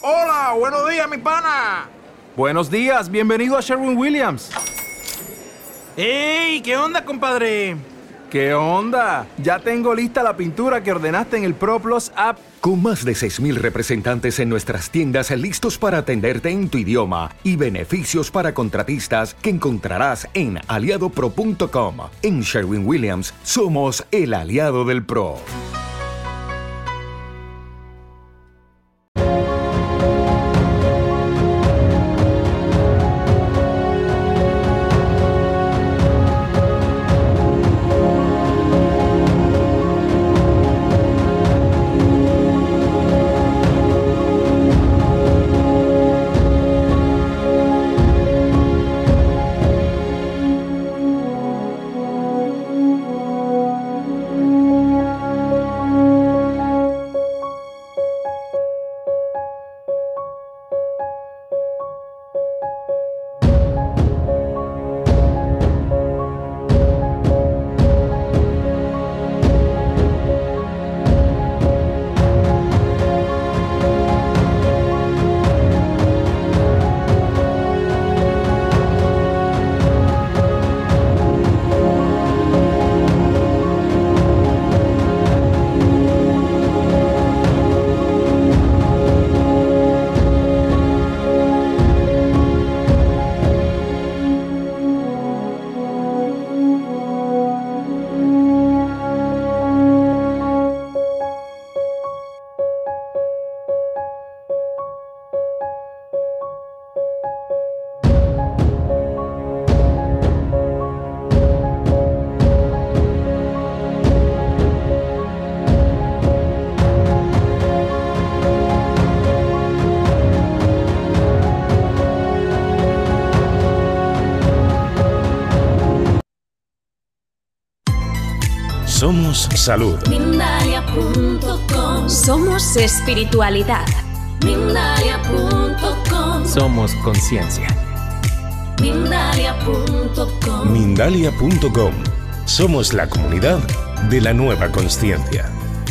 Hola, buenos días, mi pana. Buenos días, bienvenido a Sherwin-Williams. ¡Ey! ¿Qué onda, compadre? ¿Qué onda? Ya tengo lista la pintura que ordenaste en el ProPlus app. Con más de 6,000 representantes en nuestras tiendas listos para atenderte en tu idioma y beneficios para contratistas que encontrarás en aliadopro.com. En Sherwin-Williams somos el aliado del pro. Somos salud. Mindalia.com. Somos espiritualidad. Mindalia.com. Somos conciencia. Mindalia.com. Mindalia.com. Somos la comunidad de la nueva consciencia.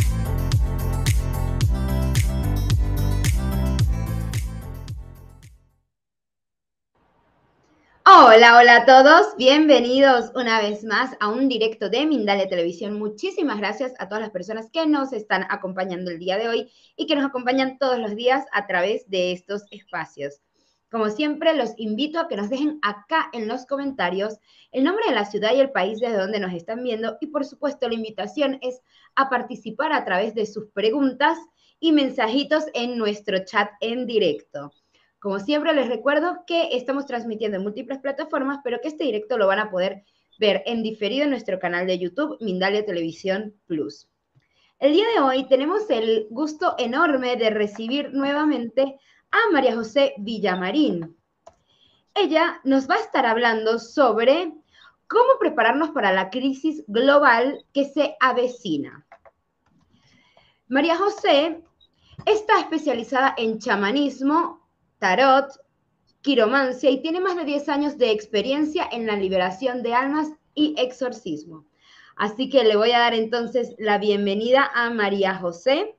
Hola, hola a todos, bienvenidos una vez más a un directo de Mindalia Televisión. Muchísimas gracias a todas las personas que nos están acompañando el día de hoy y que nos acompañan todos los días a través de estos espacios. Como siempre, los invito a que nos dejen acá en los comentarios el nombre de la ciudad y el país desde donde nos están viendo y, por supuesto, la invitación es a participar a través de sus preguntas y mensajitos en nuestro chat en directo. Como siempre, les recuerdo que estamos transmitiendo en múltiples plataformas, pero que este directo lo van a poder ver en diferido en nuestro canal de YouTube, Mindalia Televisión Plus. El día de hoy tenemos el gusto enorme de recibir nuevamente a María José Villamarín. Ella nos va a estar hablando sobre cómo prepararnos para la crisis global que se avecina. María José está especializada en chamanismo, tarot, quiromancia y tiene más de 10 años de experiencia en la liberación de almas y exorcismo. Así que le voy a dar entonces la bienvenida a Mari José.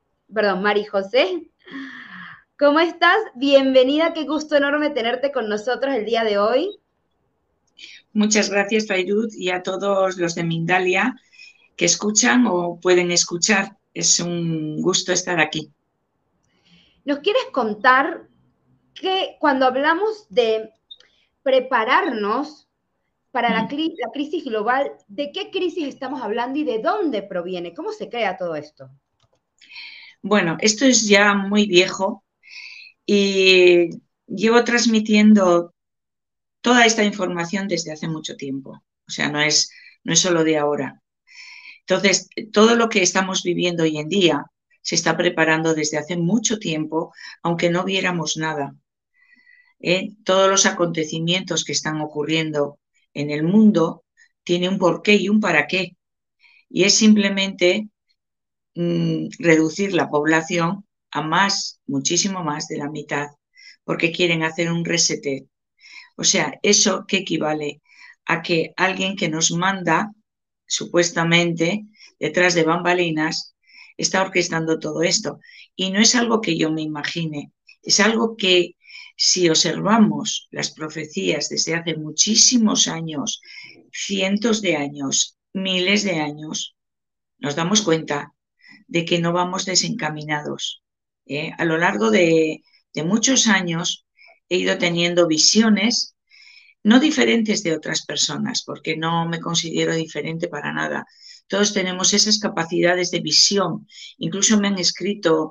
¿Cómo estás? Bienvenida, qué gusto enorme tenerte con nosotros el día de hoy. Muchas gracias, Fairuz, y a todos los de Mindalia que escuchan o pueden escuchar. Es un gusto estar aquí. ¿Nos quieres contar que cuando hablamos de prepararnos para la crisis global, ¿de qué crisis estamos hablando y de dónde proviene? ¿Cómo se crea todo esto? Bueno, esto es ya muy viejo y llevo transmitiendo toda esta información desde hace mucho tiempo. O sea, no es solo de ahora. Entonces, todo lo que estamos viviendo hoy en día se está preparando desde hace mucho tiempo, aunque no viéramos nada. Todos los acontecimientos que están ocurriendo en el mundo tienen un porqué y un para qué. Y es simplemente reducir la población a muchísimo más de la mitad, porque quieren hacer un reseteo. O sea, ¿eso qué equivale? A que alguien que nos manda, supuestamente, detrás de bambalinas, está orquestando todo esto. Y no es algo que yo me imagine, Es algo que, si observamos las profecías desde hace muchísimos años, cientos de años, miles de años, nos damos cuenta de que no vamos desencaminados. A lo largo de muchos años he ido teniendo visiones, no diferentes de otras personas, porque no me considero diferente para nada. Todos tenemos esas capacidades de visión. Incluso me han escrito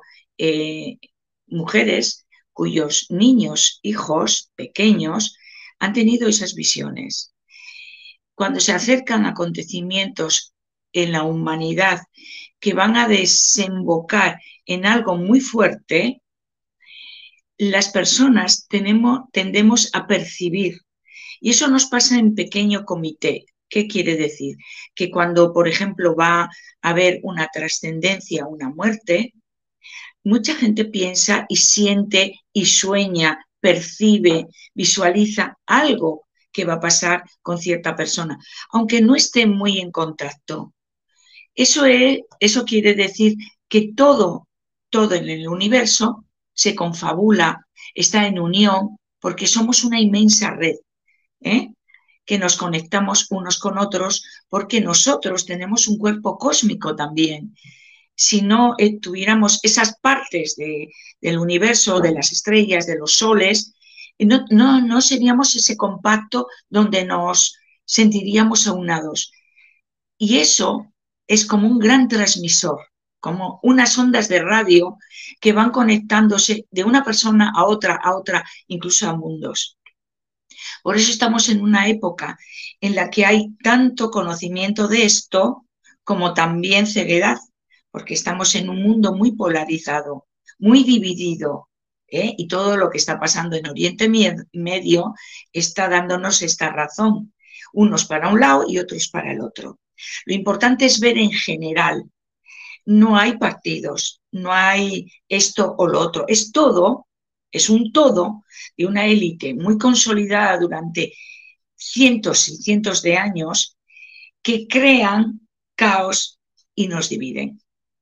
mujeres cuyos niños, hijos pequeños, han tenido esas visiones. Cuando se acercan acontecimientos en la humanidad que van a desembocar en algo muy fuerte, las personas tendemos a percibir. Y eso nos pasa en pequeño comité. ¿Qué quiere decir? Que cuando, por ejemplo, va a haber una trascendencia, una muerte, mucha gente piensa y siente y sueña, percibe, visualiza algo que va a pasar con cierta persona, aunque no esté muy en contacto. Eso quiere decir que todo en el universo se confabula, está en unión, porque somos una inmensa red, que nos conectamos unos con otros, porque nosotros tenemos un cuerpo cósmico también. Si no tuviéramos esas partes del universo, de las estrellas, de los soles, no seríamos ese compacto donde nos sentiríamos aunados. Y eso es como un gran transmisor, como unas ondas de radio que van conectándose de una persona a otra, incluso a mundos. Por eso estamos en una época en la que hay tanto conocimiento de esto como también ceguedad, porque estamos en un mundo muy polarizado, muy dividido, y todo lo que está pasando en Oriente Medio está dándonos esta razón, unos para un lado y otros para el otro. Lo importante es ver en general. No hay partidos, no hay esto o lo otro, es todo, es un todo de una élite muy consolidada durante cientos y cientos de años que crean caos y nos dividen.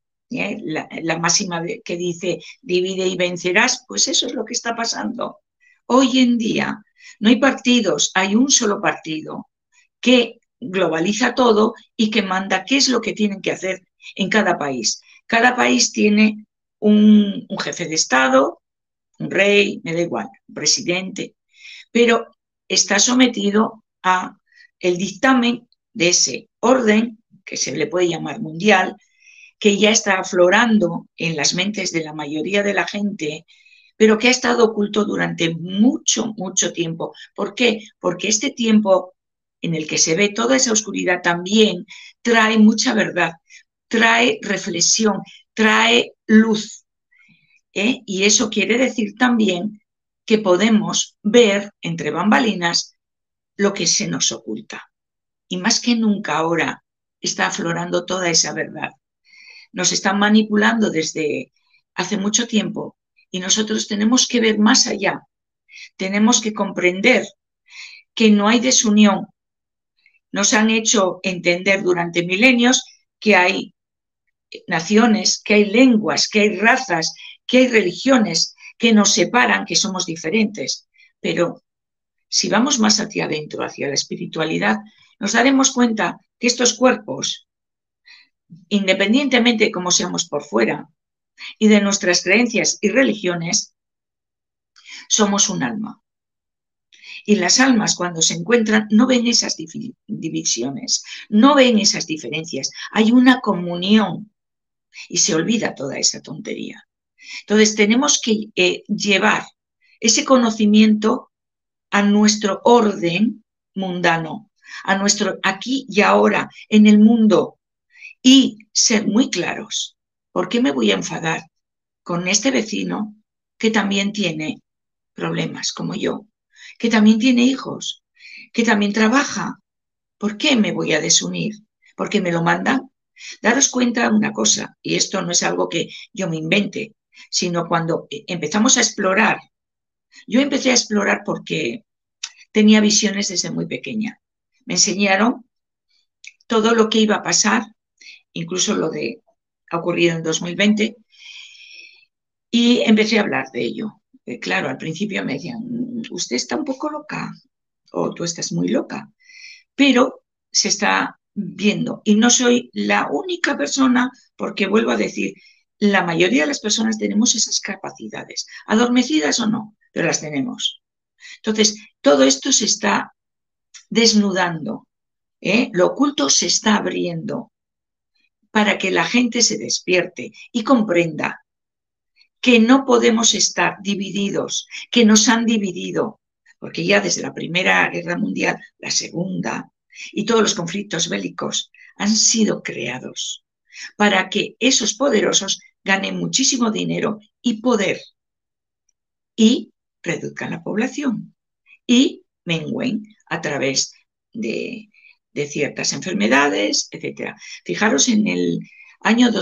La máxima que dice divide y vencerás, pues eso es lo que está pasando. Hoy en día no hay partidos, hay un solo partido que globaliza todo y que manda qué es lo que tienen que hacer en cada país. Cada país tiene un jefe de Estado, un rey, me da igual, un presidente, pero está sometido a el dictamen de ese orden, que se le puede llamar mundial, que ya está aflorando en las mentes de la mayoría de la gente, pero que ha estado oculto durante mucho, mucho tiempo. ¿Por qué? Porque este tiempo en el que se ve toda esa oscuridad también trae mucha verdad, trae reflexión, trae luz. Y eso quiere decir también que podemos ver entre bambalinas lo que se nos oculta. Y más que nunca ahora está aflorando toda esa verdad. Nos están manipulando desde hace mucho tiempo y nosotros tenemos que ver más allá. Tenemos que comprender que no hay desunión. Nos han hecho entender durante milenios que hay naciones, que hay lenguas, que hay razas, que hay religiones que nos separan, que somos diferentes. Pero si vamos más hacia adentro, hacia la espiritualidad, nos daremos cuenta que estos cuerpos, independientemente de cómo seamos por fuera y de nuestras creencias y religiones, somos un alma. Y las almas, cuando se encuentran, no ven esas divisiones, no ven esas diferencias. Hay una comunión y se olvida toda esa tontería. Entonces, tenemos que llevar ese conocimiento a nuestro orden mundano, a nuestro aquí y ahora, en el mundo, y ser muy claros. ¿Por qué me voy a enfadar con este vecino que también tiene problemas como yo, que también tiene hijos, que también trabaja? ¿Por qué me voy a desunir? ¿Porque me lo mandan? Daros cuenta de una cosa, y esto no es algo que yo me invente, sino cuando empezamos a explorar. Yo empecé a explorar porque tenía visiones desde muy pequeña. Me enseñaron todo lo que iba a pasar, incluso lo de ha ocurrido en 2020, y empecé a hablar de ello. claro, al principio me decían, usted está un poco loca o tú estás muy loca, pero se está viendo. Y no soy la única persona, porque vuelvo a decir, la mayoría de las personas tenemos esas capacidades, adormecidas o no, pero las tenemos. Entonces, todo esto se está desnudando, ¿eh? Lo oculto se está abriendo para que la gente se despierte y comprenda que no podemos estar divididos, que nos han dividido, porque ya desde la Primera Guerra Mundial, la Segunda y todos los conflictos bélicos han sido creados para que esos poderosos ganen muchísimo dinero y poder y reduzcan la población y mengüen a través de ciertas enfermedades, etc. Fijaros, en el año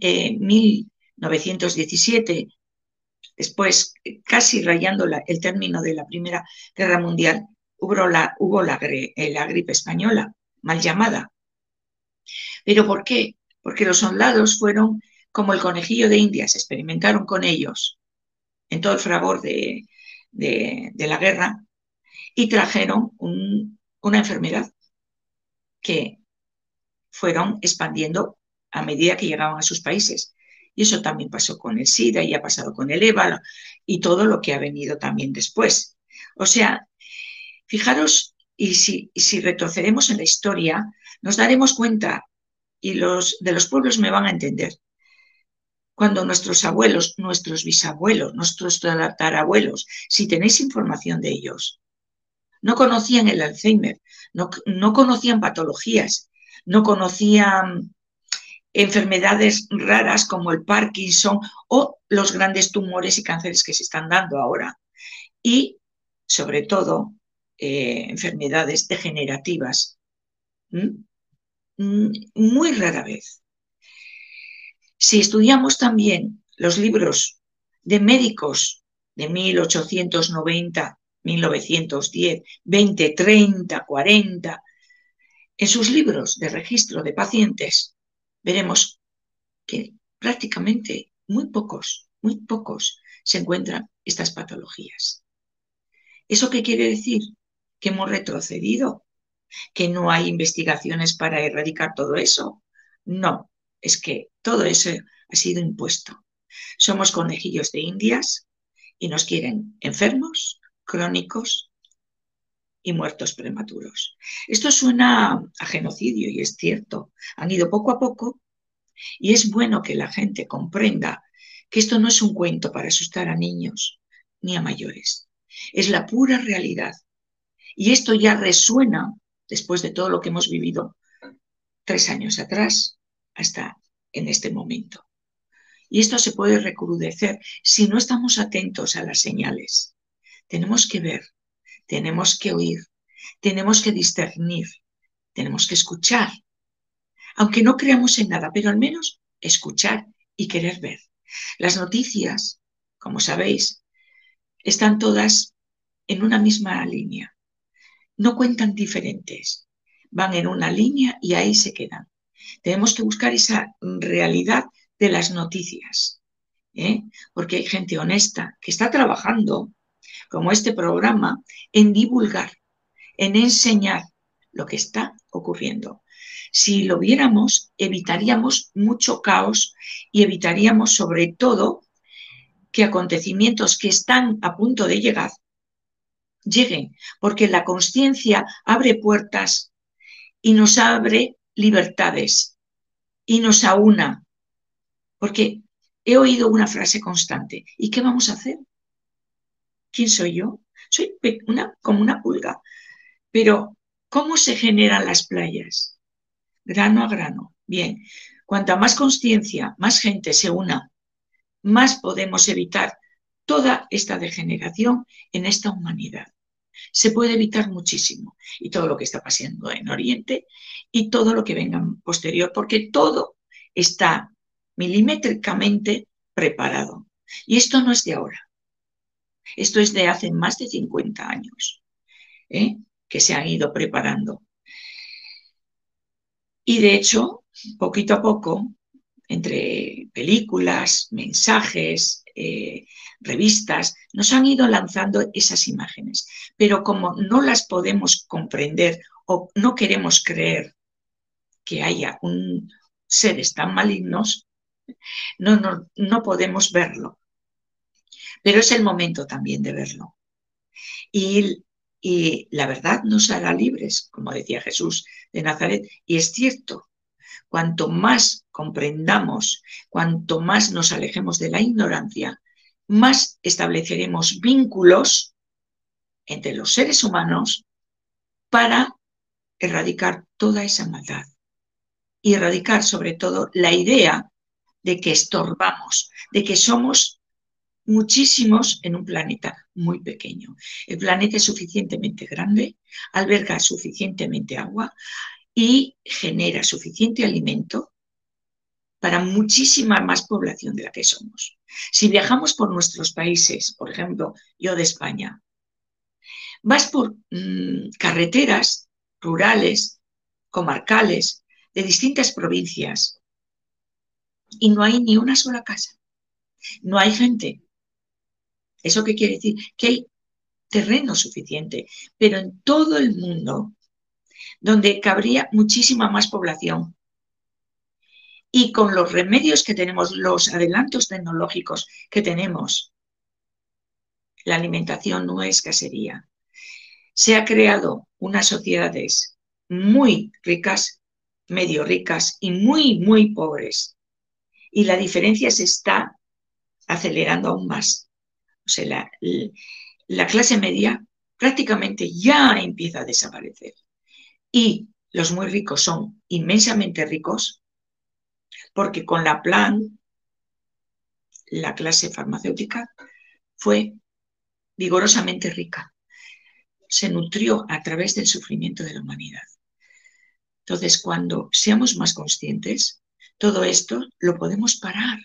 1917, después casi rayando el término de la Primera Guerra Mundial, hubo la gripe española, mal llamada. ¿Pero por qué? Porque los soldados fueron como el conejillo de Indias, experimentaron con ellos en todo el fragor de la guerra y trajeron una enfermedad que fueron expandiendo a medida que llegaban a sus países. Y eso también pasó con el SIDA y ha pasado con el ébola y todo lo que ha venido también después. O sea, fijaros, y si retrocedemos en la historia, nos daremos cuenta, y los de los pueblos me van a entender, cuando nuestros abuelos, nuestros bisabuelos, nuestros tatarabuelos, si tenéis información de ellos, no conocían el Alzheimer, no conocían patologías, no conocían enfermedades raras como el Parkinson o los grandes tumores y cánceres que se están dando ahora. Y, sobre todo, enfermedades degenerativas. Muy rara vez. Si estudiamos también los libros de médicos de 1890, 1910, 20, 30, 40, en sus libros de registro de pacientes, veremos que prácticamente muy pocos se encuentran estas patologías. ¿Eso qué quiere decir? Que hemos retrocedido, que no hay investigaciones para erradicar todo eso. No, es que todo eso ha sido impuesto. Somos conejillos de Indias y nos quieren enfermos, crónicos y muertos prematuros. Esto suena a genocidio y es cierto. Han ido poco a poco y es bueno que la gente comprenda que esto no es un cuento para asustar a niños ni a mayores. Es la pura realidad. Y esto ya resuena después de todo lo que hemos vivido 3 años atrás hasta en este momento. Y esto se puede recrudecer si no estamos atentos a las señales. Tenemos que ver, tenemos que oír, tenemos que discernir, tenemos que escuchar. Aunque no creamos en nada, pero al menos escuchar y querer ver. Las noticias, como sabéis, están todas en una misma línea. No cuentan diferentes, van en una línea y ahí se quedan. Tenemos que buscar esa realidad de las noticias, porque hay gente honesta que está trabajando, como este programa, en divulgar, en enseñar lo que está ocurriendo. Si lo viéramos, evitaríamos mucho caos y evitaríamos sobre todo que acontecimientos que están a punto de llegar lleguen, porque la consciencia abre puertas y nos abre libertades y nos aúna. Porque he oído una frase constante: ¿y qué vamos a hacer? ¿Quién soy yo? Soy como una pulga. Pero, ¿cómo se generan las playas? Grano a grano. Bien, cuanta más consciencia, más gente se una, más podemos evitar toda esta degeneración en esta humanidad. Se puede evitar muchísimo. Y todo lo que está pasando en Oriente y todo lo que venga posterior, porque todo está milimétricamente preparado. Y esto no es de ahora. Esto es de hace más de 50 años, que se han ido preparando. Y de hecho, poquito a poco, entre películas, mensajes, revistas, nos han ido lanzando esas imágenes. Pero como no las podemos comprender o no queremos creer que haya seres tan malignos, no podemos verlo. Pero es el momento también de verlo. Y la verdad nos hará libres, como decía Jesús de Nazaret. Y es cierto, cuanto más comprendamos, cuanto más nos alejemos de la ignorancia, más estableceremos vínculos entre los seres humanos para erradicar toda esa maldad. Y erradicar sobre todo la idea de que estorbamos, de que somos muchísimos en un planeta muy pequeño. El planeta es suficientemente grande, alberga suficientemente agua y genera suficiente alimento para muchísima más población de la que somos. Si viajamos por nuestros países, por ejemplo, yo de España, vas por carreteras rurales, comarcales, de distintas provincias y no hay ni una sola casa, no hay gente. ¿Eso qué quiere decir? Que hay terreno suficiente, pero en todo el mundo, donde cabría muchísima más población. Y con los remedios que tenemos, los adelantos tecnológicos que tenemos, la alimentación no es casería. Se ha creado unas sociedades muy ricas, medio ricas y muy, muy pobres. Y la diferencia se está acelerando aún más. O sea, la clase media prácticamente ya empieza a desaparecer. Y los muy ricos son inmensamente ricos porque con la plan, la clase farmacéutica fue vigorosamente rica. Se nutrió a través del sufrimiento de la humanidad. Entonces, cuando seamos más conscientes, todo esto lo podemos parar.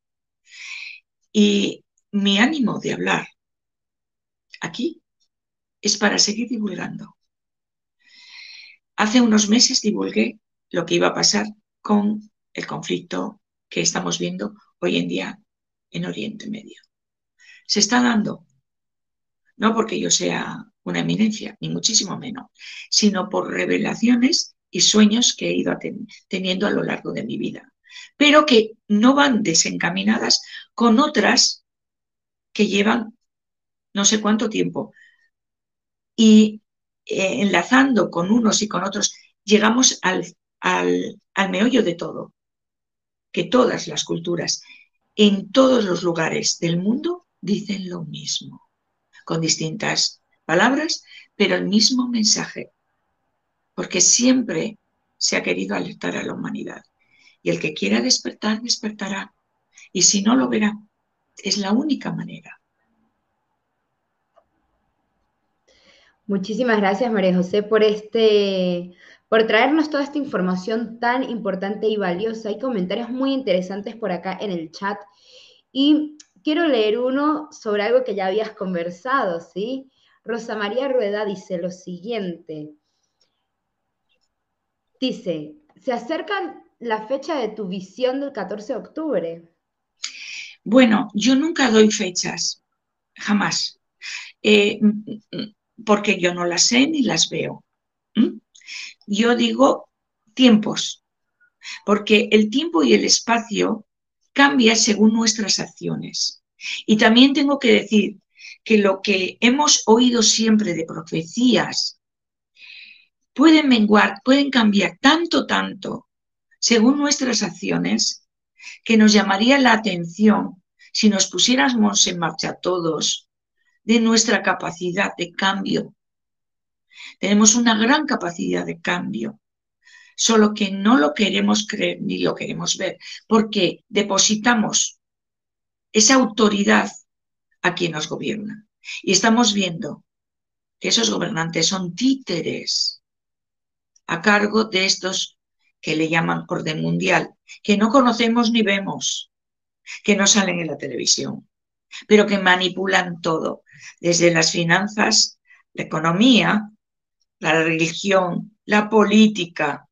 Y mi ánimo de hablar aquí es para seguir divulgando. Hace unos meses divulgué lo que iba a pasar con el conflicto que estamos viendo hoy en día en Oriente Medio. Se está dando, no porque yo sea una eminencia, ni muchísimo menos, sino por revelaciones y sueños que he ido teniendo a lo largo de mi vida, pero que no van desencaminadas con otras que llevan no sé cuánto tiempo. Y enlazando con unos y con otros, llegamos al meollo de todo, que todas las culturas, en todos los lugares del mundo, dicen lo mismo, con distintas palabras, pero el mismo mensaje, porque siempre se ha querido alertar a la humanidad. Y el que quiera despertar, despertará. Y si no, lo verá. Es la única manera. Muchísimas gracias, María José, por traernos toda esta información tan importante y valiosa. Hay comentarios muy interesantes por acá en el chat. Y quiero leer uno sobre algo que ya habías conversado, ¿sí? Rosa María Rueda dice lo siguiente. Dice, se acerca la fecha de tu visión del 14 de octubre. Bueno, yo nunca doy fechas, jamás, porque yo no las sé ni las veo. Yo digo tiempos, porque el tiempo y el espacio cambian según nuestras acciones. Y también tengo que decir que lo que hemos oído siempre de profecías pueden menguar, pueden cambiar tanto, según nuestras acciones, que nos llamaría la atención si nos pusiéramos en marcha todos de nuestra capacidad de cambio. Tenemos una gran capacidad de cambio, solo que no lo queremos creer ni lo queremos ver, porque depositamos esa autoridad a quien nos gobierna. Y estamos viendo que esos gobernantes son títeres a cargo de estos que le llaman orden mundial, que no conocemos ni vemos, que no salen en la televisión, pero que manipulan todo, desde las finanzas, la economía, la religión, la política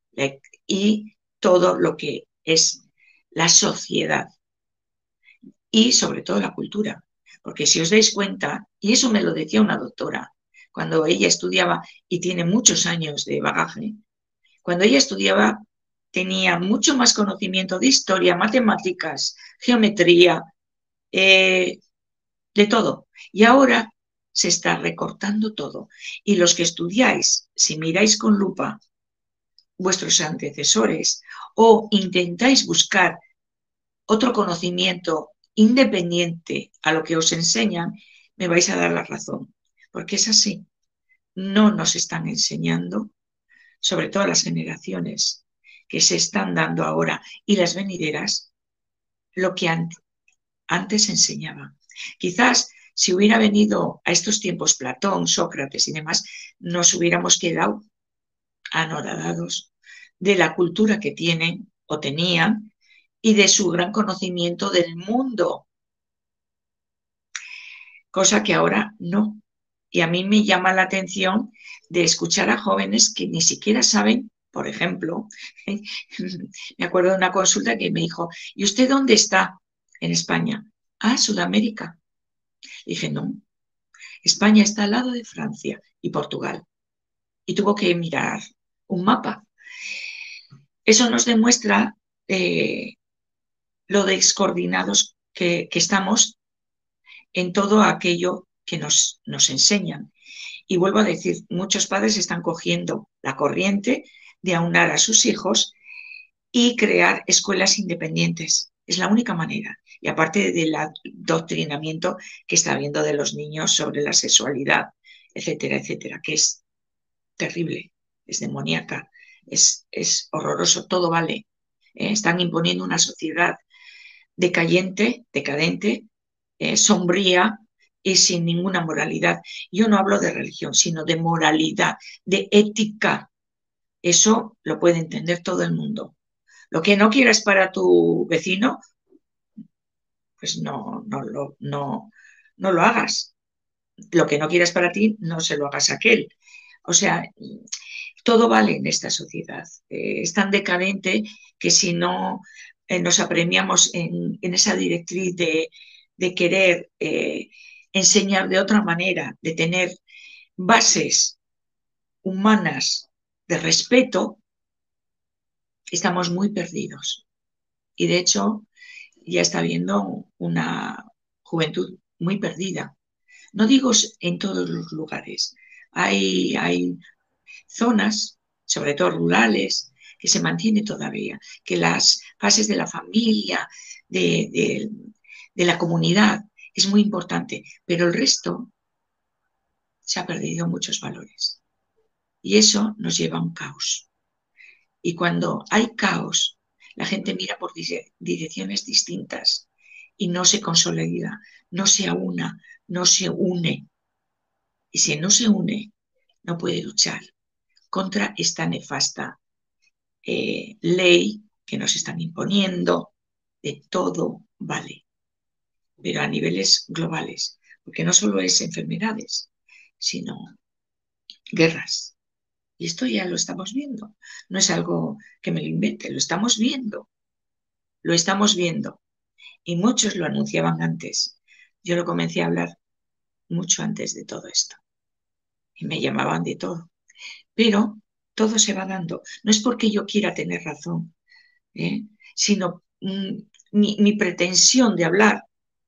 y todo lo que es la sociedad. y sobre todo la cultura. Porque si os dais cuenta, y eso me lo decía una doctora, cuando ella estudiaba y tiene muchos años de bagaje, cuando ella estudiaba tenía mucho más conocimiento de historia, matemáticas, geometría, de todo. Y ahora se está recortando todo. Y los que estudiáis, si miráis con lupa vuestros antecesores o intentáis buscar otro conocimiento independiente a lo que os enseñan, me vais a dar la razón. Porque es así. No nos están enseñando, sobre todo las generaciones que se están dando ahora y las venideras, lo que antes enseñaba. Quizás si hubiera venido a estos tiempos Platón, Sócrates y demás, nos hubiéramos quedado anonadados de la cultura que tienen o tenían y de su gran conocimiento del mundo, cosa que ahora no. Y a mí me llama la atención de escuchar a jóvenes que ni siquiera saben, por ejemplo, me acuerdo de una consulta que me dijo, ¿y usted dónde está en España? Ah, Sudamérica. Dije, no, España está al lado de Francia y Portugal. Y tuvo que mirar un mapa. Eso nos demuestra lo descoordinados que estamos en todo aquello que nos enseñan. Y vuelvo a decir, muchos padres están cogiendo la corriente de aunar a sus hijos y crear escuelas independientes. Es la única manera. Y aparte del adoctrinamiento que está habiendo de los niños sobre la sexualidad, etcétera, etcétera, que es terrible, es demoníaca, es horroroso, todo vale. Están imponiendo una sociedad decadente, sombría y sin ninguna moralidad. Yo no hablo de religión, sino de moralidad, de ética. Eso lo puede entender todo el mundo. Lo que no quieras para tu vecino, pues no lo hagas. Lo que no quieras para ti, no se lo hagas a aquel. O sea, todo vale en esta sociedad. Es tan decadente que si no nos apremiamos en esa directriz de querer enseñar de otra manera, de tener bases humanas de respeto, estamos muy perdidos. Y de hecho, ya está habiendo una juventud muy perdida. No digo en todos los lugares. Hay zonas, sobre todo rurales, que se mantiene todavía, que las bases de la familia, de la comunidad, es muy importante, pero el resto se ha perdido muchos valores. Y eso nos lleva a un caos. Y cuando hay caos, la gente mira por direcciones distintas y no se consolida, no se aúna, no se une. Y si no se une, no puede luchar contra esta nefasta ley que nos están imponiendo de todo vale, pero a niveles globales, porque no solo es enfermedades, sino guerras. Y esto ya lo estamos viendo. No es algo que me lo invente, lo estamos viendo. Lo estamos viendo. Y muchos lo anunciaban antes. Yo lo comencé a hablar mucho antes de todo esto. Y me llamaban de todo. Pero todo se va dando. No es porque yo quiera tener razón, sino mi pretensión de hablar,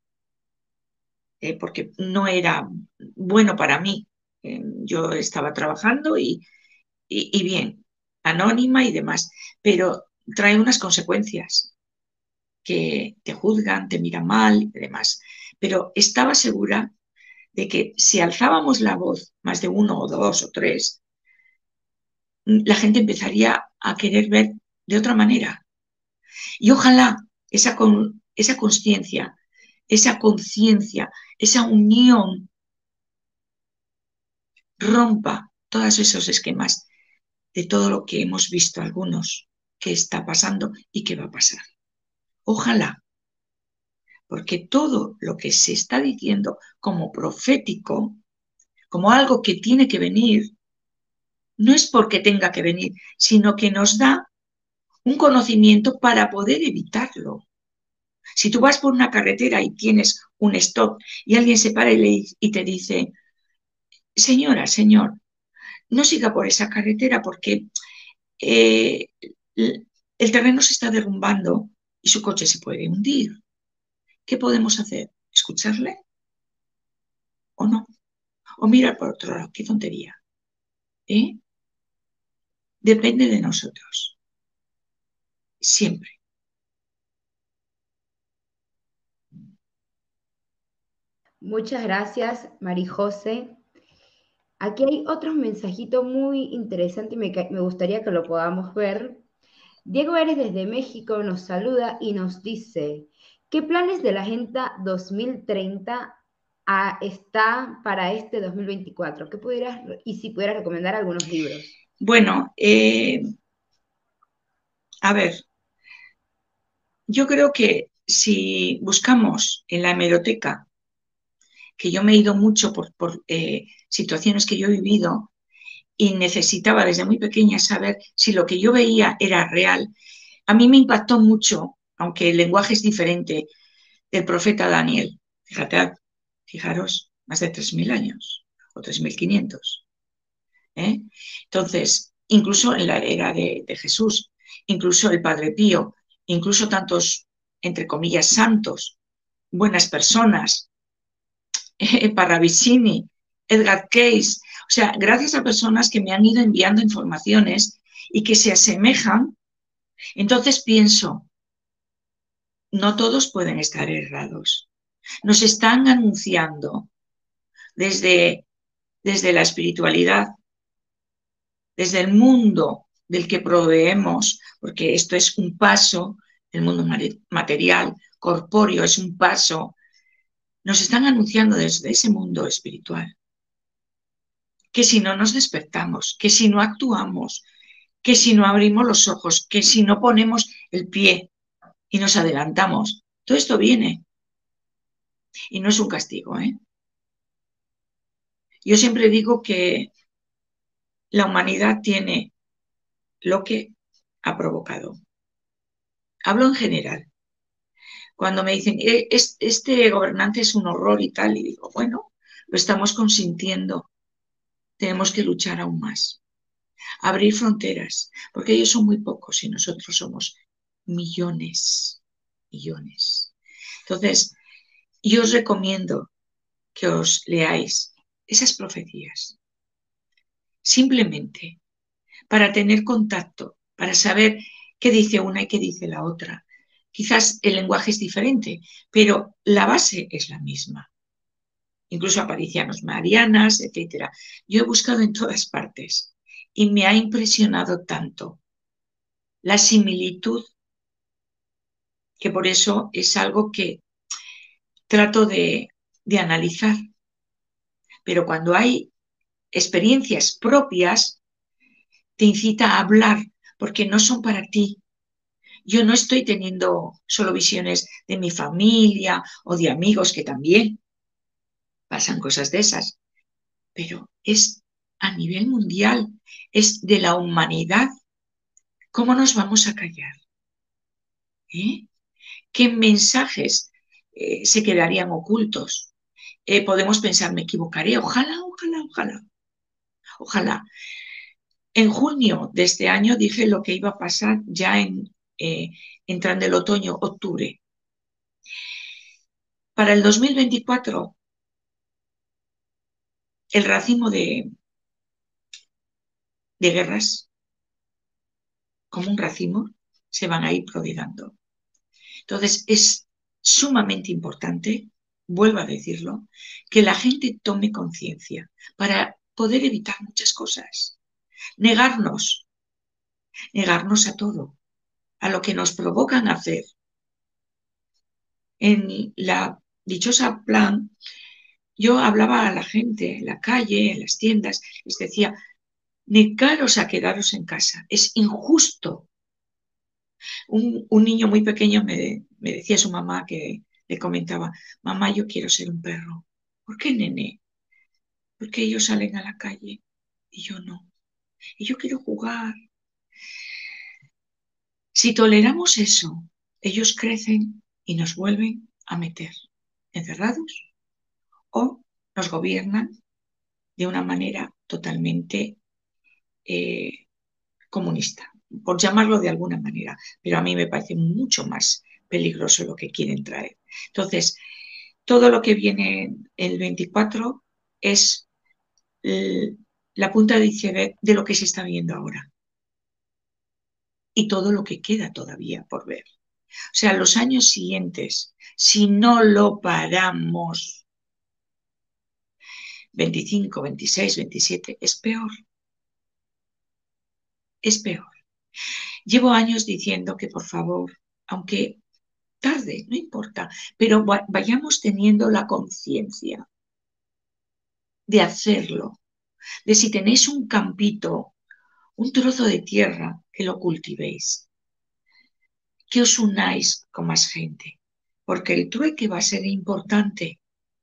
porque no era bueno para mí. Yo estaba trabajando y bien, anónima y demás, pero trae unas consecuencias que te juzgan, te miran mal y demás. Pero estaba segura de que si alzábamos la voz, más de uno o dos o tres, la gente empezaría a querer ver de otra manera. Y ojalá esa consciencia, esa conciencia, esa unión rompa todos esos esquemas de todo lo que hemos visto algunos que está pasando y que va a pasar. Ojalá, porque todo lo que se está diciendo como profético, como algo que tiene que venir, no es porque tenga que venir, sino que nos da un conocimiento para poder evitarlo. Si tú vas por una carretera y tienes un stop y alguien se para y te dice, señora, señor, no siga por esa carretera porque eh, el terreno se está derrumbando y su coche se puede hundir. ¿Qué podemos hacer? ¿Escucharle o no? O mirar por otro lado. ¡Qué tontería! ¿Eh? Depende de nosotros. Siempre. Muchas gracias, Marijose. Aquí hay otro mensajito muy interesante y me gustaría que lo podamos ver. Diego Eres desde México nos saluda y nos dice, ¿qué planes de la Agenda 2030 está para este 2024? ¿Qué pudieras, y si pudieras recomendar algunos libros? Bueno, a ver, yo creo que si buscamos en la hemeroteca, que yo me he ido mucho por situaciones que yo he vivido y necesitaba desde muy pequeña saber si lo que yo veía era real, a mí me impactó mucho, aunque el lenguaje es diferente, del profeta Daniel. Fijaros, más de 3.000 años o 3.500. ¿Eh? Entonces, incluso en la era de Jesús, incluso el Padre Pío, incluso tantos, entre comillas, santos, buenas personas, Parravicini, Edgar Cayce, o sea, gracias a personas que me han ido enviando informaciones y que se asemejan, entonces pienso, no todos pueden estar errados. Nos están anunciando desde la espiritualidad, desde el mundo del que proveemos, porque esto es un paso, el mundo material, corpóreo, es un paso, nos están anunciando desde ese mundo espiritual que si no nos despertamos, que si no actuamos, que si no abrimos los ojos, que si no ponemos el pie y nos adelantamos, todo esto viene. Y no es un castigo, ¿eh? Yo siempre digo que la humanidad tiene lo que ha provocado. Hablo en general. Cuando me dicen, este gobernante es un horror y tal, y digo, bueno, lo estamos consintiendo. Tenemos que luchar aún más. Abrir fronteras, porque ellos son muy pocos y nosotros somos millones, millones. Entonces, yo os recomiendo que os leáis esas profecías, simplemente para tener contacto, para saber qué dice una y qué dice la otra. Quizás el lenguaje es diferente, pero la base es la misma. Incluso aparicianos marianas, etc. Yo he buscado en todas partes y me ha impresionado tanto la similitud que por eso es algo que trato de analizar. Pero cuando hay experiencias propias, te incita a hablar porque no son para ti. Yo no estoy teniendo solo visiones de mi familia o de amigos, que también pasan cosas de esas, pero es a nivel mundial, es de la humanidad. ¿Cómo nos vamos a callar? ¿Qué mensajes se quedarían ocultos? Podemos pensar, me equivocaré, ojalá. En junio de este año dije lo que iba a pasar ya entrando el otoño, octubre. Para el 2024, el racimo de guerras, como un racimo, se van a ir prodigando. Entonces, es sumamente importante, vuelvo a decirlo, que la gente tome conciencia para poder evitar muchas cosas. Negarnos a todo, a lo que nos provocan hacer. En la dichosa plan, yo hablaba a la gente en la calle, en las tiendas, les decía, negaros a quedaros en casa, es injusto. Un niño muy pequeño me decía a su mamá, que le comentaba, mamá, yo quiero ser un perro. ¿Por qué, nene? Porque ellos salen a la calle y yo no. Y yo quiero jugar. Si toleramos eso, ellos crecen y nos vuelven a meter encerrados o nos gobiernan de una manera totalmente comunista, por llamarlo de alguna manera, pero a mí me parece mucho más peligroso lo que quieren traer. Entonces, todo lo que viene el 24 es la punta de iceberg de lo que se está viendo ahora y todo lo que queda todavía por ver. O sea, los años siguientes, si no lo paramos, 25, 26, 27, es peor. Es peor. Llevo años diciendo que, por favor, aunque tarde, no importa, pero vayamos teniendo la conciencia de hacerlo, de si tenéis un campito, un trozo de tierra, que lo cultivéis, que os unáis con más gente, porque el trueque va a ser importante.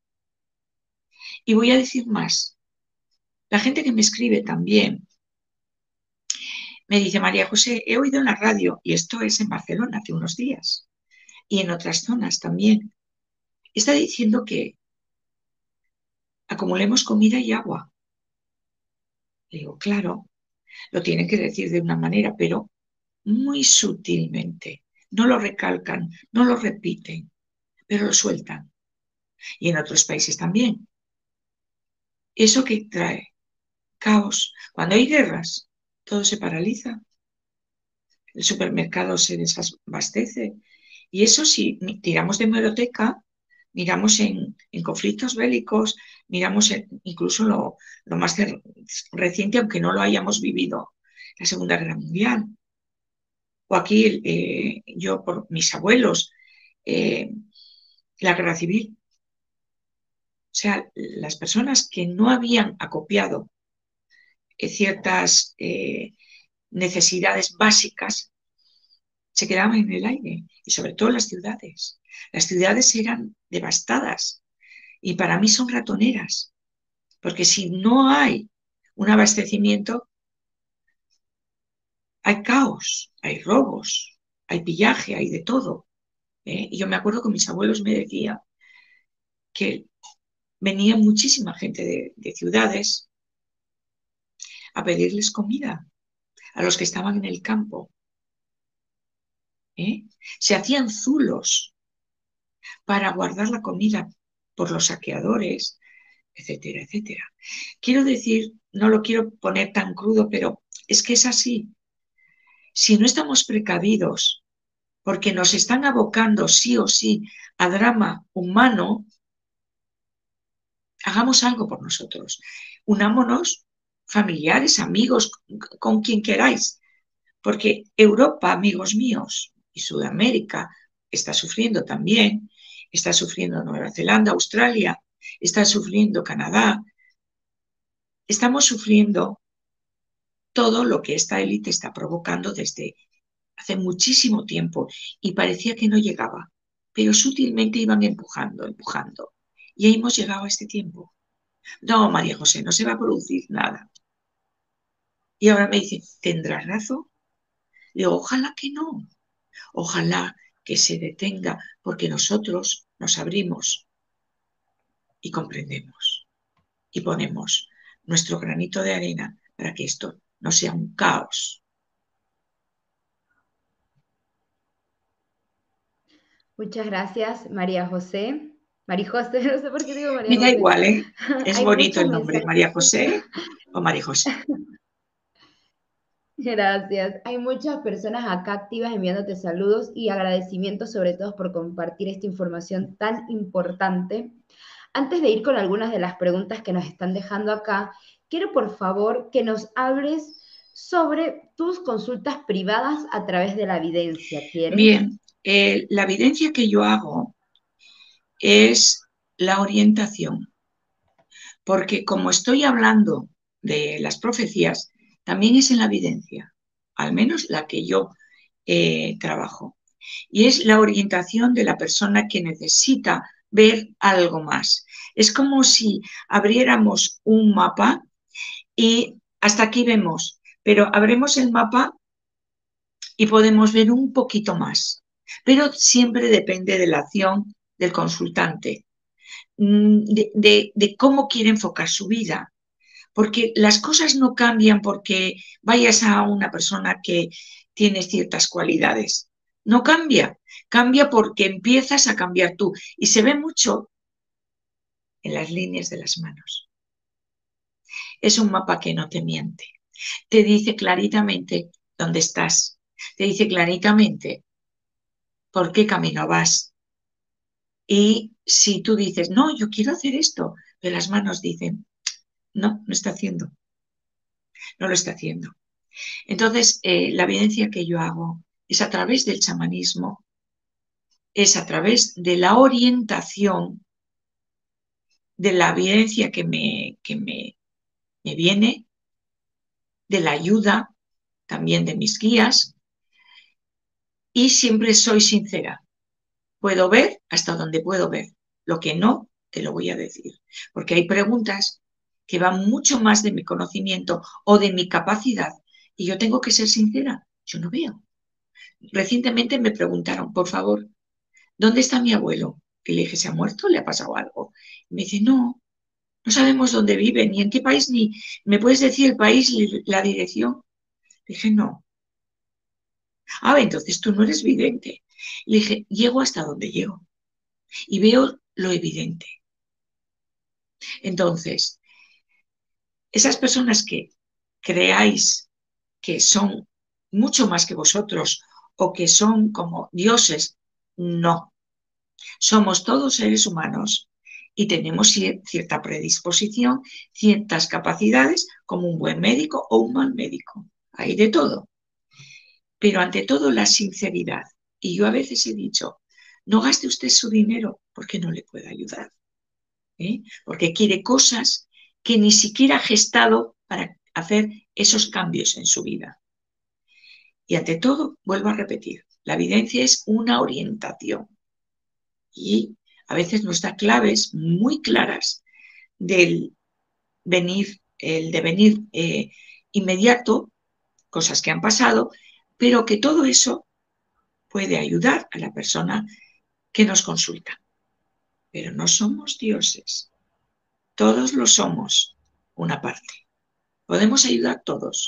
Y voy a decir más, la gente que me escribe también me dice: María José, he oído en la radio, y esto es en Barcelona hace unos días, y en otras zonas también, está diciendo que acumulemos comida y agua. Le digo, claro, lo tienen que decir de una manera, pero muy sutilmente. No lo recalcan, no lo repiten, pero lo sueltan. Y en otros países también. ¿Eso qué trae? Caos. Cuando hay guerras, todo se paraliza. El supermercado se desabastece. Y eso si tiramos de hemeroteca, miramos en conflictos bélicos, miramos incluso lo más reciente, aunque no lo hayamos vivido, la Segunda Guerra Mundial. O aquí, yo por mis abuelos, la Guerra Civil. O sea, las personas que no habían acopiado ciertas necesidades básicas se quedaban en el aire, y sobre todo las ciudades. Las ciudades eran devastadas y para mí son ratoneras, porque si no hay un abastecimiento, hay caos, hay robos, hay pillaje, hay de todo. Y yo me acuerdo que mis abuelos me decían que venía muchísima gente de ciudades a pedirles comida a los que estaban en el campo. Se hacían zulos para guardar la comida por los saqueadores, etcétera, etcétera. Quiero decir, no lo quiero poner tan crudo, pero es que es así. Si no estamos precavidos, porque nos están abocando sí o sí a drama humano, hagamos algo por nosotros. Unámonos, familiares, amigos, con quien queráis, porque Europa, amigos míos, y Sudamérica está sufriendo también, está sufriendo Nueva Zelanda, Australia, está sufriendo Canadá, estamos sufriendo todo lo que esta élite está provocando desde hace muchísimo tiempo y parecía que no llegaba, pero sutilmente iban empujando, y ahí hemos llegado a este tiempo. No, María José, no se va a producir nada. Y ahora me dice, ¿tendrás razón? Le digo, ojalá que no. Ojalá que se detenga, porque nosotros nos abrimos y comprendemos y ponemos nuestro granito de arena para que esto no sea un caos. Muchas gracias, María José. María José, no sé por qué digo María Me José. da igual, ¿eh? Es bonito el nombre, mensajes. María José o María José. Gracias. Hay muchas personas acá activas enviándote saludos y agradecimientos, sobre todo por compartir esta información tan importante. Antes de ir con algunas de las preguntas que nos están dejando acá, quiero por favor que nos hables sobre tus consultas privadas a través de la evidencia. ¿Quieres? Bien, la evidencia que yo hago es la orientación, porque como estoy hablando de las profecías, también es en la evidencia, al menos la que yo trabajo. Y es la orientación de la persona que necesita ver algo más. Es como si abriéramos un mapa y hasta aquí vemos, pero abrimos el mapa y podemos ver un poquito más. pero siempre depende de la acción del consultante, de cómo quiere enfocar su vida. Porque las cosas no cambian porque vayas a una persona que tiene ciertas cualidades. No cambia, cambia porque empiezas a cambiar tú. Y se ve mucho en las líneas de las manos. Es un mapa que no te miente. Te dice claritamente dónde estás. Te dice claritamente por qué camino vas. Y si tú dices, no, yo quiero hacer esto, pero las manos dicen, no, no está haciendo. No lo está haciendo. Entonces, la evidencia que yo hago es a través del chamanismo, es a través de la orientación, de la evidencia que me viene, de la ayuda también de mis guías, y siempre soy sincera. Puedo ver hasta donde puedo ver. Lo que no, te lo voy a decir. Porque hay preguntas que van mucho más de mi conocimiento o de mi capacidad, y yo tengo que ser sincera. Yo no veo. Recientemente me preguntaron, por favor, ¿dónde está mi abuelo? Y le dije, ¿se ha muerto? ¿Le ha pasado algo? Y me dice, no, no sabemos dónde vive, ni en qué país, ni me puedes decir el país, la dirección. Le dije, no. Ah, entonces tú no eres vidente. Le dije, llego hasta donde llego y veo lo evidente. Entonces, esas personas que creáis que son mucho más que vosotros o que son como dioses, no. Somos todos seres humanos y tenemos cierta predisposición, ciertas capacidades, como un buen médico o un mal médico. Hay de todo. Pero ante todo la sinceridad. Y yo a veces he dicho, no gaste usted su dinero porque no le puede ayudar. Porque quiere cosas que ni siquiera ha gestado para hacer esos cambios en su vida. Y ante todo, vuelvo a repetir, la evidencia es una orientación. Y a veces nos da claves muy claras del venir, el devenir inmediato, cosas que han pasado, pero que todo eso puede ayudar a la persona que nos consulta. Pero no somos dioses. Todos lo somos, una parte. Podemos ayudar todos.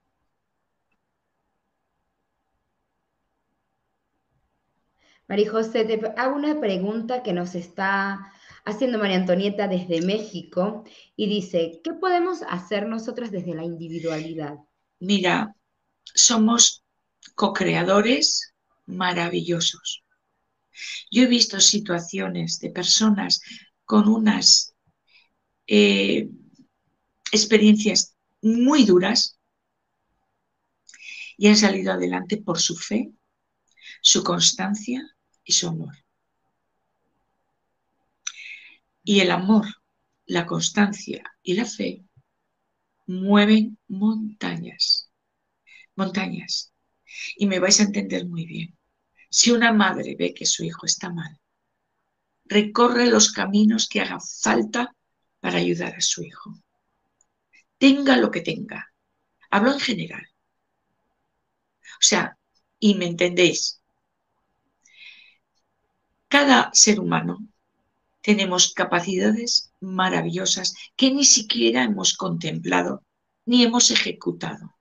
María José, te hago una pregunta que nos está haciendo María Antonieta desde México y dice, ¿qué podemos hacer nosotras desde la individualidad? Mira, somos co-creadores maravillosos. Yo he visto situaciones de personas con unas experiencias muy duras y han salido adelante por su fe, su constancia y su amor. Y el amor, la constancia y la fe mueven montañas, montañas. Y me vais a entender muy bien. Si una madre ve que su hijo está mal, recorre los caminos que haga falta para ayudar a su hijo. Tenga lo que tenga. Hablo en general. O sea, y me entendéis. Cada ser humano tenemos capacidades maravillosas que ni siquiera hemos contemplado ni hemos ejecutado.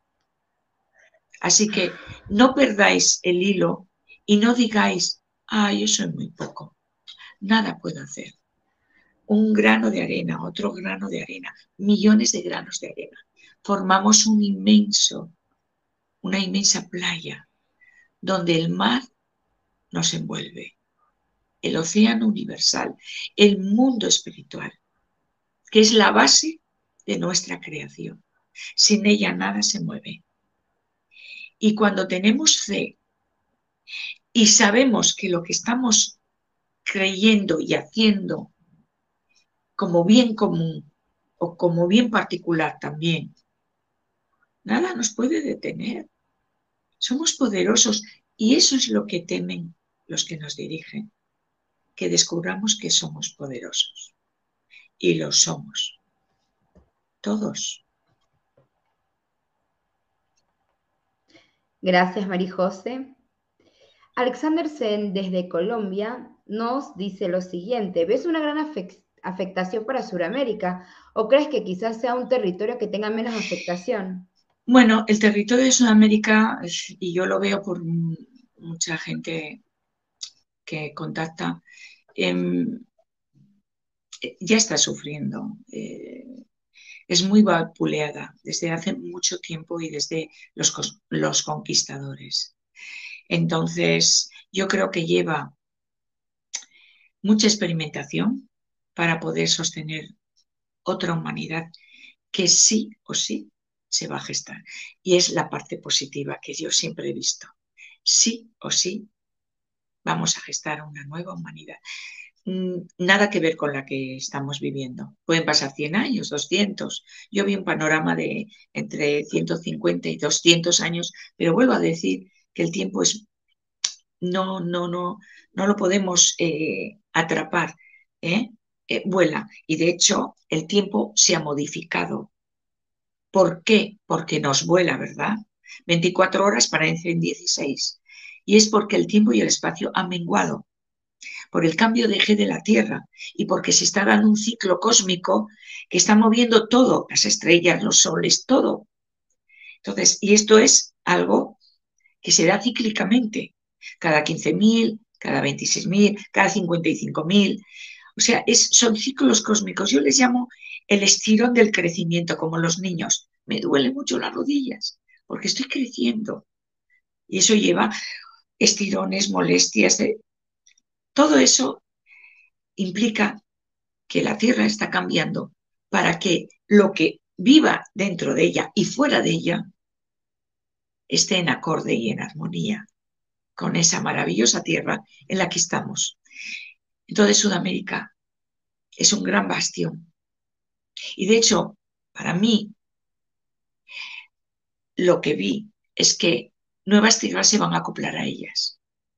Así que no perdáis el hilo y no digáis, yo soy muy poco, nada puedo hacer. Un grano de arena, otro grano de arena, millones de granos de arena. Formamos una inmensa playa donde el mar nos envuelve, el océano universal, el mundo espiritual, que es la base de nuestra creación. Sin ella nada se mueve. Y cuando tenemos fe y sabemos que lo que estamos creyendo y haciendo como bien común o como bien particular también, nada nos puede detener. Somos poderosos y eso es lo que temen los que nos dirigen, que descubramos que somos poderosos. Y lo somos. Todos. Gracias, María José. Alexander Sen, desde Colombia, nos dice lo siguiente: ¿ves una gran afectación para Sudamérica o crees que quizás sea un territorio que tenga menos afectación? Bueno, el territorio de Sudamérica, y yo lo veo por mucha gente que contacta, ya está sufriendo. Es muy vapuleada desde hace mucho tiempo y desde los conquistadores. Entonces, yo creo que lleva mucha experimentación para poder sostener otra humanidad que sí o sí se va a gestar. Y es la parte positiva que yo siempre he visto. Sí o sí vamos a gestar una nueva humanidad. Nada que ver con la que estamos viviendo. Pueden pasar 100 años, 200. Yo vi un panorama de entre 150 y 200 años, pero vuelvo a decir que el tiempo es no lo podemos atrapar, vuela. Y de hecho, el tiempo se ha modificado. ¿Por qué? Porque nos vuela, ¿verdad? 24 horas parecen 16. Y es porque el tiempo y el espacio han menguado, por el cambio de eje de la Tierra y porque se está dando un ciclo cósmico que está moviendo todo, las estrellas, los soles, todo. Entonces, y esto es algo que se da cíclicamente, cada 15.000, cada 26.000, cada 55.000. O sea, son ciclos cósmicos. Yo les llamo el estirón del crecimiento, como los niños. Me duelen mucho las rodillas porque estoy creciendo. Y eso lleva estirones, molestias. Todo eso implica que la Tierra está cambiando para que lo que viva dentro de ella y fuera de ella esté en acorde y en armonía con esa maravillosa tierra en la que estamos. Entonces, Sudamérica es un gran bastión. Y de hecho, para mí, lo que vi es que nuevas tierras se van a acoplar a ellas.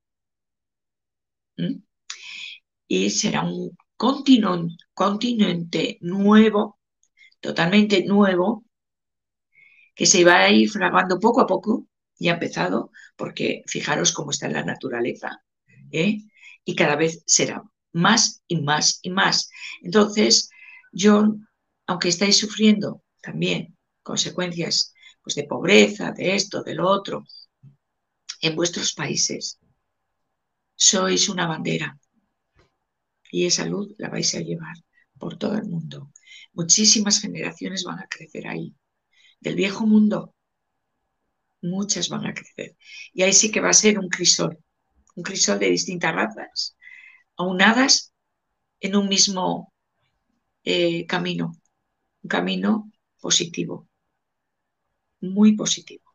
Y será un continente nuevo, totalmente nuevo, que se va a ir fraguando poco a poco. Ya ha empezado, porque fijaros cómo está la naturaleza, y cada vez será más y más y más. Entonces, yo, aunque estáis sufriendo también consecuencias pues, de pobreza, de esto, de lo otro, en vuestros países sois una bandera y esa luz la vais a llevar por todo el mundo. Muchísimas generaciones van a crecer ahí. Del viejo mundo, muchas van a crecer. Y ahí sí que va a ser un crisol de distintas razas, aunadas en un mismo camino, un camino positivo, muy positivo.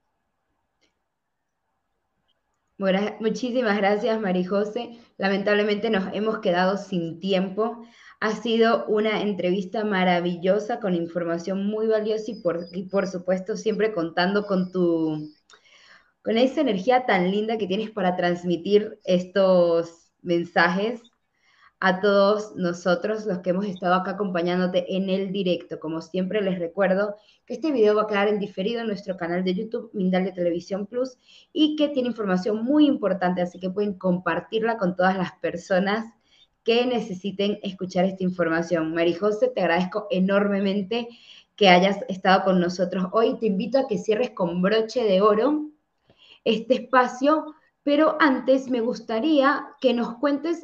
Bueno, muchísimas gracias, Marijose. Lamentablemente nos hemos quedado sin tiempo. Ha sido una entrevista maravillosa con información muy valiosa y por supuesto siempre contando con esa energía tan linda que tienes para transmitir estos mensajes a todos nosotros los que hemos estado acá acompañándote en el directo. Como siempre les recuerdo que este video va a quedar en diferido en nuestro canal de YouTube, Mindalia Televisión Plus, y que tiene información muy importante, así que pueden compartirla con todas las personas que necesiten escuchar esta información. Marijose, te agradezco enormemente que hayas estado con nosotros hoy. Te invito a que cierres con broche de oro este espacio, pero antes me gustaría que nos cuentes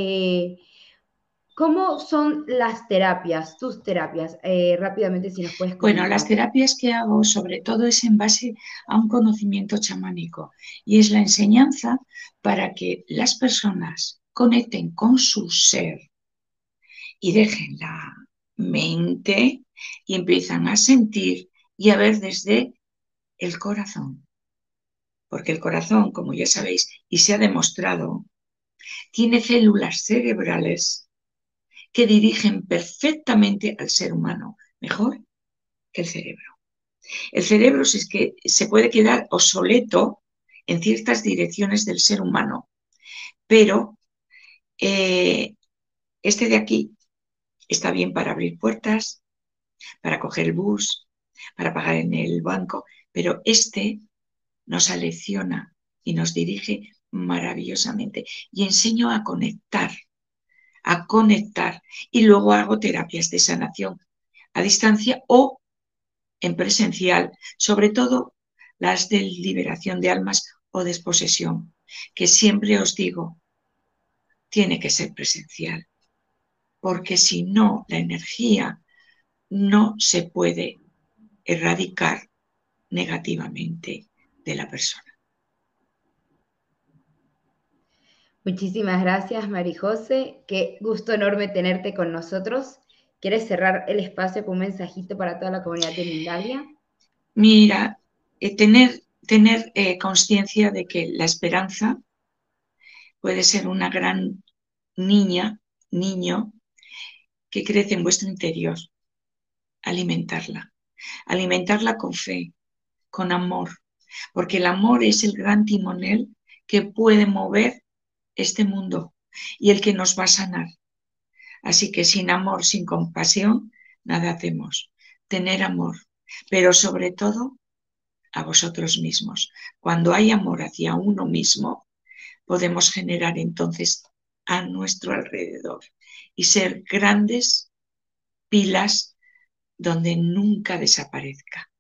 cómo son las terapias, tus terapias, rápidamente si nos puedes comentar. Bueno, las terapias que hago sobre todo es en base a un conocimiento chamánico y es la enseñanza para que las personas conecten con su ser y dejen la mente y empiezan a sentir y a ver desde el corazón. Porque el corazón, como ya sabéis, y se ha demostrado, tiene células cerebrales que dirigen perfectamente al ser humano, mejor que el cerebro. El cerebro es que se puede quedar obsoleto en ciertas direcciones del ser humano, pero este de aquí está bien para abrir puertas, para coger el bus, para pagar en el banco, pero este nos alecciona y nos dirige maravillosamente y enseño a conectar. Y luego hago terapias de sanación a distancia o en presencial, sobre todo las de liberación de almas o desposesión, que siempre os digo, tiene que ser presencial, porque si no, la energía no se puede erradicar negativamente de la persona. Muchísimas gracias, Marijose. Qué gusto enorme tenerte con nosotros. ¿Quieres cerrar el espacio con un mensajito para toda la comunidad de Mindalia? Mira, tener conciencia de que la esperanza puede ser una gran niño, que crece en vuestro interior. Alimentarla con fe, con amor, porque el amor es el gran timonel que puede mover este mundo y el que nos va a sanar. Así que sin amor, sin compasión, nada hacemos. Tener amor, pero sobre todo a vosotros mismos. Cuando hay amor hacia uno mismo, podemos generar entonces a nuestro alrededor y ser grandes pilas donde nunca desaparezca